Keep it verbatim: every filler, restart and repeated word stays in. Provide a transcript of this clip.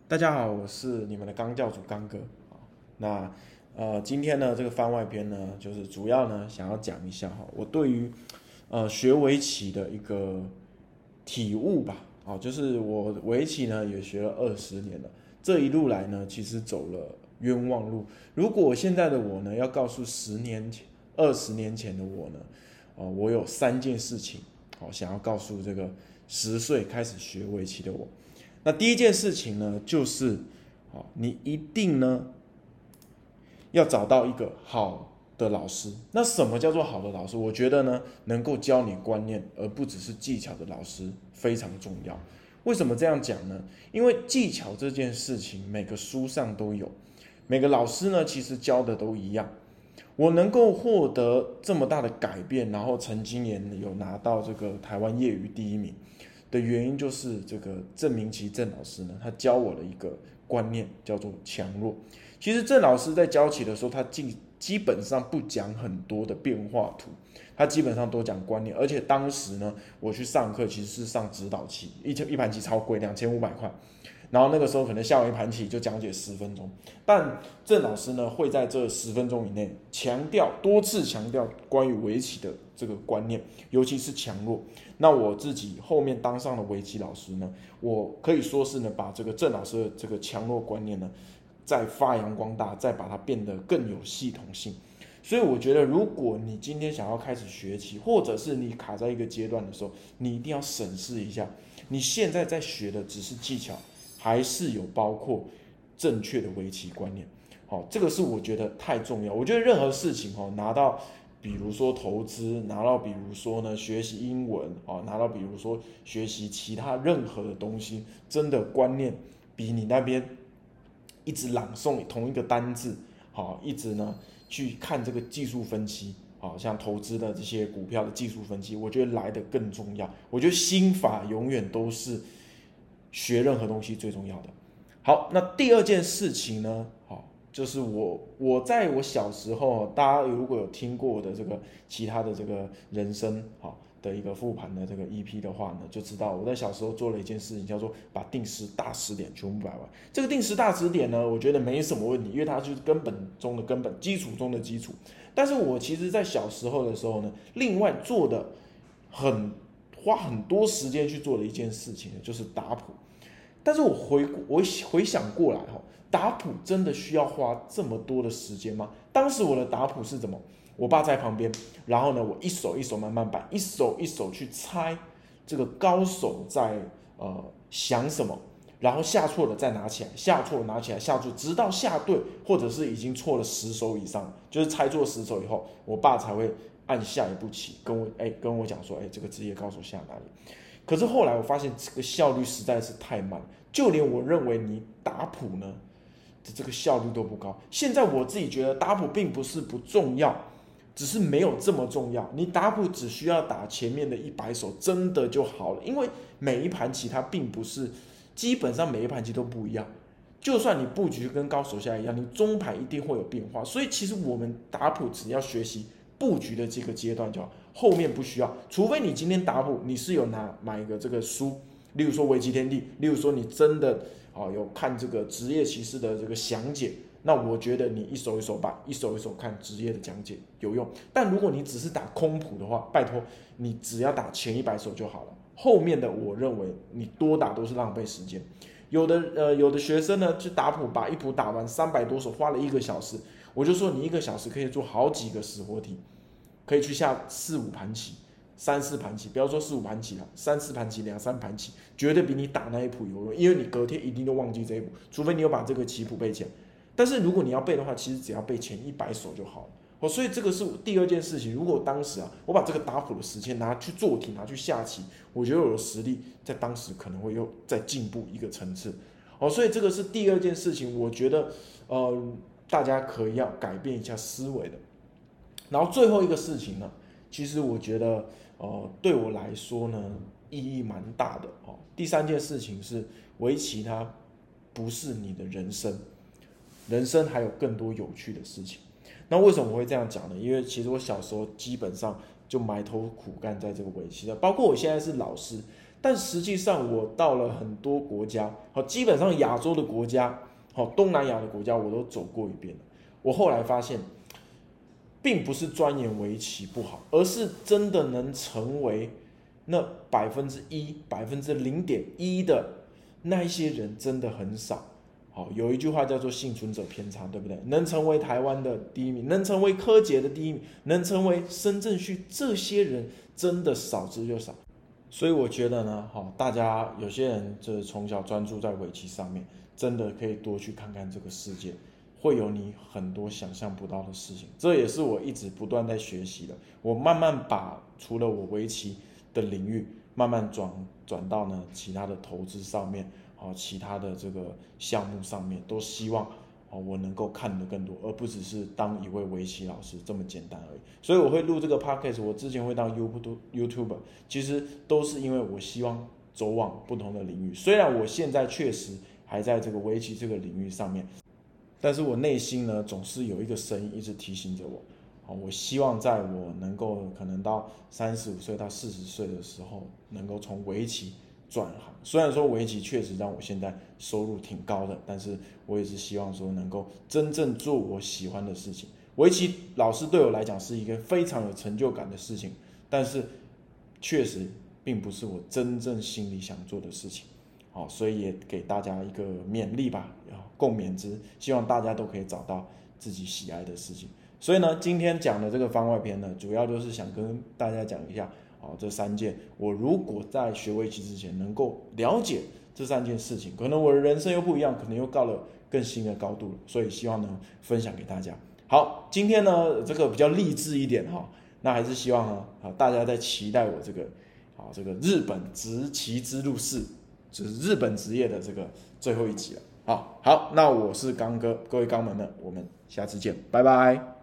大家好，我是你们的刚教主刚哥。那呃，今天呢，这个番外篇呢，就是主要呢想要讲一下哈，我对于呃学围棋的一个体悟吧。啊，就是我围棋呢也学了二十年了，这一路来呢，其实走了冤枉路。如果现在的我呢，要告诉十年前、二十年前的我呢，哦、呃，我有三件事情，好、哦，想要告诉这个十岁开始学围棋的我。那第一件事情呢，就是哦，你一定呢要找到一个好的老师。那什么叫做好的老师？我觉得呢，能够教你观念，而不只是技巧的老师非常重要。为什么这样讲呢？因为技巧这件事情，每个书上都有，每个老师呢，其实教的都一样。我能够获得这么大的改变，然后曾经也有拿到这个台湾业余第一名的原因，就是这个郑明奇郑老师呢，他教我的一个观念叫做强弱。其实郑老师在教棋的时候，他基基本上不讲很多的变化图，他基本上都讲观念。而且当时呢，我去上课其实是上指导棋，一一盘棋超贵，两千五百块。然后那个时候可能下完一盘棋就讲解十分钟，但郑老师呢会在这十分钟以内强调多次强调关于围棋的这个观念，尤其是强弱。那我自己后面当上了围棋老师呢，我可以说是呢把这个郑老师的这个强弱观念呢再发扬光大，再把它变得更有系统性。所以我觉得，如果你今天想要开始学棋，或者是你卡在一个阶段的时候，你一定要审视一下，你现在在学的只是技巧，还是有包括正确的围棋观念。好，这个是我觉得太重要。我觉得任何事情哦，拿到比如说投资，拿到比如说呢学习英文啊，拿到比如说学习其他任何的东西，真的观念比你那边一直朗诵同一个单字，好，一直呢去看这个技术分析，好像投资的这些股票的技术分析，我觉得来得更重要。我觉得心法永远都是学任何东西最重要的。好，那第二件事情呢，好，就是我我在我小时候，大家如果有听过我的这个其他的这个人生好的一个复盘的这个 E P 的话呢，就知道我在小时候做了一件事情，叫做把定时大词典全部摆完。这个定时大词典呢，我觉得没什么问题，因为它就是根本中的根本，基础中的基础。但是我其实在小时候的时候呢，另外做的很花很多时间去做的一件事情，就是打谱。但是我回我回想过来哈，打谱真的需要花这么多的时间吗？当时我的打谱是怎么？我爸在旁边，然后呢，我一手一手慢慢摆，一手一手去猜这个高手在呃想什么，然后下错了再拿起来，下错了拿起来，下错，直到下对，或者是已经错了十手以上，就是猜错十手以后，我爸才会按下一步棋，跟我哎跟我讲说，哎，这个职业高手下哪里？可是后来我发现这个效率实在是太慢，就连我认为你打谱呢，这个效率都不高。现在我自己觉得打谱并不是不重要，只是没有这么重要。你打谱只需要打前面的一百手，真的就好了。因为每一盘棋它并不是，基本上每一盘棋都不一样。就算你布局跟高手下一样，你中盘一定会有变化。所以其实我们打谱只要学习布局的这个阶段就好，后面不需要。除非你今天打谱，你是有拿买一个这个书，例如说围棋天地，例如说你真的哦有看这个职业棋士的这个详解，那我觉得你一手一手摆，一手一手看职业的讲解有用。但如果你只是打空谱的话，拜托你只要打前一百手就好了，后面的我认为你多打都是浪费时间。有的呃有的学生呢，去打谱把一谱打完三百多手，花了一个小时。我就说你一个小时可以做好几个死活题，可以去下四五盘棋，三四盘棋，不要说四五盘棋了，三四盘棋，两三盘棋，绝对比你打那一谱有用，因为你隔天一定都忘记这一谱，除非你有把这个棋谱背起来。但是如果你要背的话，其实只要背前一百手就好了。哦，所以这个是第二件事情。如果当时啊，我把这个打谱的时间拿去做题，拿去下棋，我觉得我的实力在当时可能会又再进步一个层次。哦，所以这个是第二件事情，我觉得呃。大家可以要改变一下思维的。然后最后一个事情呢，其实我觉得呃对我来说呢意义蛮大的哦。第三件事情是围棋它不是你的人生，人生还有更多有趣的事情。那为什么我会这样讲呢？因为其实我小时候基本上就埋头苦干在这个围棋的，包括我现在是老师， 但实际上我到了很多国家，好，基本上亚洲的国家，好，东南亚的国家我都走过一遍了。我后来发现，并不是钻研围棋不好，而是真的能成为那百分之一、百分之零点一的那一些人，真的很少。好，有一句话叫做幸存者偏差，对不对？能成为台湾的第一名，能成为柯洁的第一名，能成为申正旭，这些人真的少之又少。所以我觉得呢，好，大家有些人就是从小专注在围棋上面，真的可以多去看看这个世界，会有你很多想象不到的事情。这也是我一直不断在学习的。我慢慢把除了我围棋的领域，慢慢转转到呢其他的投资上面。哦，其他的这个项目上面，都希望哦我能够看得更多，而不只是当一位围棋老师这么简单而已。所以我会录这个 podcast， 我之前会当 YouTuber， 其实都是因为我希望走往不同的领域。虽然我现在确实还在这个围棋这个领域上面，但是我内心呢总是有一个声音一直提醒着我，哦，我希望在我能够可能到三十五岁到四十岁的时候，能够从围棋转行。虽然说围棋确实让我现在收入挺高的，但是我也是希望说能够真正做我喜欢的事情。围棋老师对我来讲是一个非常有成就感的事情，但是确实并不是我真正心里想做的事情。好，所以也给大家一个勉励吧，共勉之，希望大家都可以找到自己喜爱的事情。所以呢，今天讲的这个番外篇呢，主要就是想跟大家讲一下，好，这三件我如果在学围棋之前能够了解这三件事情，可能我的人生又不一样，可能又到了更新的高度了，所以希望能分享给大家。好，今天呢这个比较励志一点哈，那还是希望呢，好，大家在期待我这个好这个日本职棋之路四，就是日本职业的这个最后一集了。好好，那我是刚哥，各位刚们们，我们下次见，拜拜。